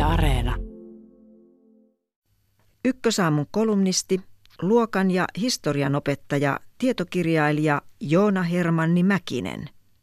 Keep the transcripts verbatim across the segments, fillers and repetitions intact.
Areena. Ykkösaamun kolumnisti, luokan- ja historianopettaja, tietokirjailija Joona Hermanni Mäkinen.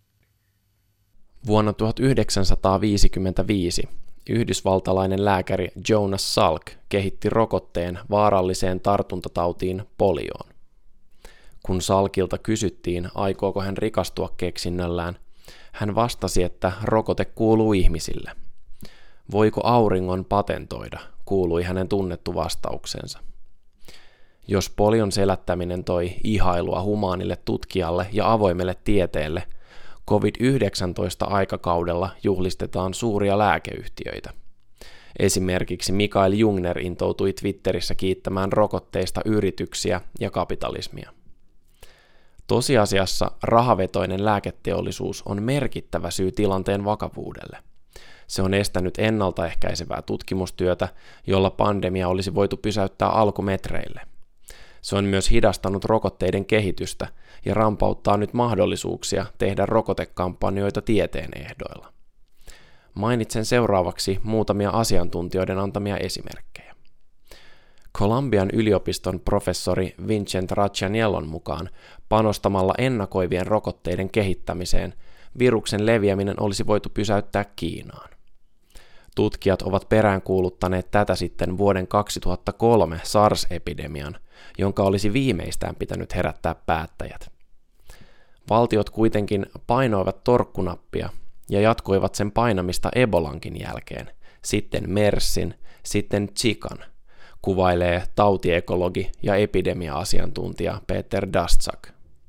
Vuonna tuhatyhdeksänsataaviisikymmentäviisi yhdysvaltalainen lääkäri Jonas Salk kehitti rokotteen vaaralliseen tartuntatautiin polioon. Kun Salkilta kysyttiin, aikooko hän rikastua keksinnöllään, hän vastasi, että rokote kuuluu ihmisille. Voiko auringon patentoida, kuului hänen tunnettu vastauksensa. Jos polion selättäminen toi ihailua humaanille tutkijalle ja avoimelle tieteelle, covid yhdeksäntoista-aikakaudella juhlistetaan suuria lääkeyhtiöitä. Esimerkiksi Mikael Jungner intoutui Twitterissä kiittämään rokotteista yrityksiä ja kapitalismia. Tosiasiassa rahavetoinen lääketeollisuus on merkittävä syy tilanteen vakavuudelle. Se on estänyt ennaltaehkäisevää tutkimustyötä, jolla pandemia olisi voitu pysäyttää alkumetreille. Se on myös hidastanut rokotteiden kehitystä ja rampauttaa nyt mahdollisuuksia tehdä rokotekampanjoita tieteen ehdoilla. Mainitsen seuraavaksi muutamia asiantuntijoiden antamia esimerkkejä. Columbian yliopiston professori Vincent Racaniellon mukaan panostamalla ennakoivien rokotteiden kehittämiseen viruksen leviäminen olisi voitu pysäyttää Kiinaan. Tutkijat ovat peräänkuuluttaneet tätä sitten vuoden kaksituhattakolme SARS-epidemian, jonka olisi viimeistään pitänyt herättää päättäjät. Valtiot kuitenkin painoivat torkkunappia ja jatkoivat sen painamista Ebolankin jälkeen, sitten MERSin, sitten Zikan, kuvailee tautiekologi ja epidemia-asiantuntija Peter Daszak.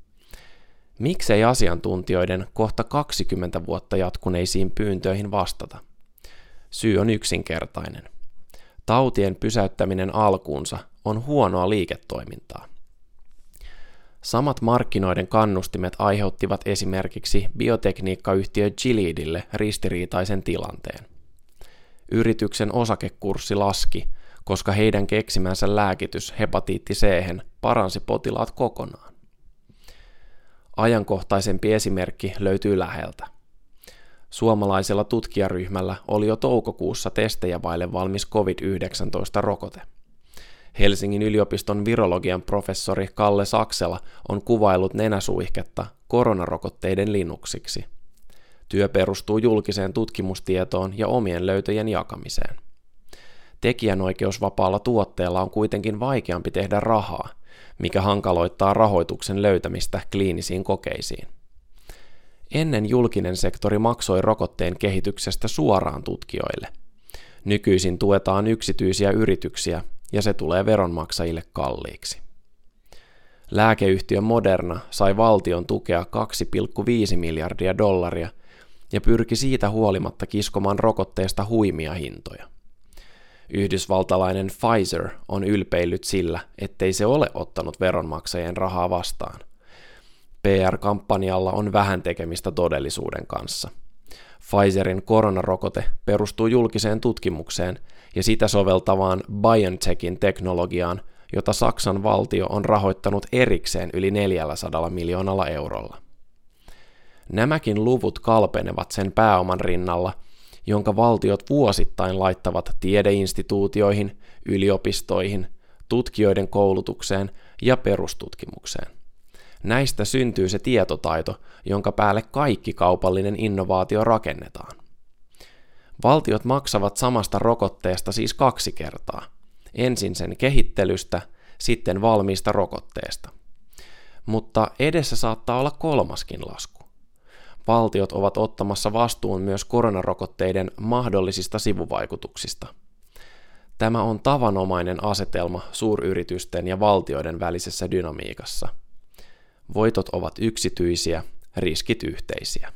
Miksei asiantuntijoiden kohta kaksikymmentä vuotta jatkuneisiin pyyntöihin vastata? Syy on yksinkertainen. Tautien pysäyttäminen alkuunsa on huonoa liiketoimintaa. Samat markkinoiden kannustimet aiheuttivat esimerkiksi biotekniikkayhtiö Gileadille ristiriitaisen tilanteen. Yrityksen osakekurssi laski, koska heidän keksimänsä lääkitys hepatiitti C-hen paransi potilaat kokonaan. Ajankohtaisempi esimerkki löytyy läheltä. Suomalaisella tutkijaryhmällä oli jo toukokuussa testejä vaille valmis covid yhdeksäntoista-rokote. Helsingin yliopiston virologian professori Kalle Saksela on kuvaillut nenäsuihketta koronarokotteiden linnuksiksi. Työ perustuu julkiseen tutkimustietoon ja omien löytöjen jakamiseen. Tekijänoikeusvapaalla tuotteella on kuitenkin vaikeampi tehdä rahaa, mikä hankaloittaa rahoituksen löytämistä kliinisiin kokeisiin. Ennen julkinen sektori maksoi rokotteen kehityksestä suoraan tutkijoille. Nykyisin tuetaan yksityisiä yrityksiä ja se tulee veronmaksajille kalliiksi. Lääkeyhtiö Moderna sai valtion tukea kaksi pilkku viisi miljardia dollaria ja pyrki siitä huolimatta kiskomaan rokotteesta huimia hintoja. Yhdysvaltalainen Pfizer on ylpeillyt sillä, ettei se ole ottanut veronmaksajien rahaa vastaan. P R-kampanjalla on vähän tekemistä todellisuuden kanssa. Pfizerin koronarokote perustuu julkiseen tutkimukseen ja sitä soveltavaan BioNTechin teknologiaan, jota Saksan valtio on rahoittanut erikseen yli neljälläsadalla miljoonalla eurolla. Nämäkin luvut kalpenevat sen pääoman rinnalla, jonka valtiot vuosittain laittavat tiedeinstituutioihin, yliopistoihin, tutkijoiden koulutukseen ja perustutkimukseen. Näistä syntyy se tietotaito, jonka päälle kaikki kaupallinen innovaatio rakennetaan. Valtiot maksavat samasta rokotteesta siis kaksi kertaa. Ensin sen kehittelystä, sitten valmiista rokotteesta. Mutta edessä saattaa olla kolmaskin lasku. Valtiot ovat ottamassa vastuun myös koronarokotteiden mahdollisista sivuvaikutuksista. Tämä on tavanomainen asetelma suuryritysten ja valtioiden välisessä dynamiikassa. Voitot ovat yksityisiä, riskit yhteisiä.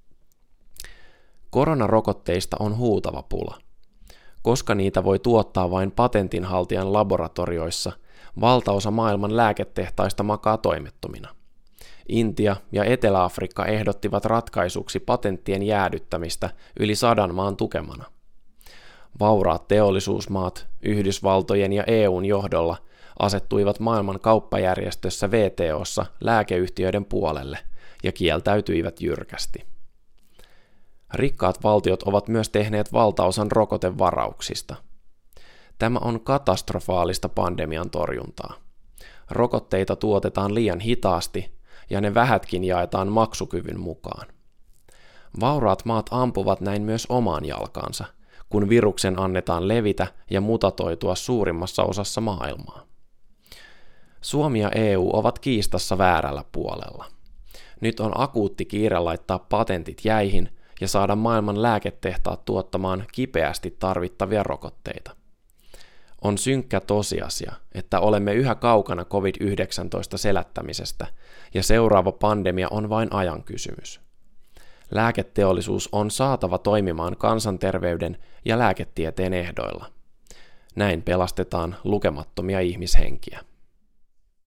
Koronarokotteista on huutava pula. Koska niitä voi tuottaa vain patentinhaltijan laboratorioissa, valtaosa maailman lääketehtaista makaa toimettomina. Intia ja Etelä-Afrikka ehdottivat ratkaisuksi patenttien jäädyttämistä yli sadan maan tukemana. Vauraat teollisuusmaat Yhdysvaltojen ja E U:n johdolla asettuivat maailman kauppajärjestössä W T O:ssa lääkeyhtiöiden puolelle ja kieltäytyivät jyrkästi. Rikkaat valtiot ovat myös tehneet valtaosan rokotevarauksista. Tämä on katastrofaalista pandemian torjuntaa. Rokotteita tuotetaan liian hitaasti ja ne vähätkin jaetaan maksukyvyn mukaan. Vauraat maat ampuvat näin myös omaan jalkaansa, kun viruksen annetaan levitä ja mutatoitua suurimmassa osassa maailmaa. Suomi ja E U ovat kiistassa väärällä puolella. Nyt on akuutti kiire laittaa patentit jäihin ja saada maailman lääketehtaat tuottamaan kipeästi tarvittavia rokotteita. On synkkä tosiasia, että olemme yhä kaukana covid yhdeksäntoista selättämisestä ja seuraava pandemia on vain ajan kysymys. Lääketeollisuus on saatava toimimaan kansanterveyden ja lääketieteen ehdoilla. Näin pelastetaan lukemattomia ihmishenkiä.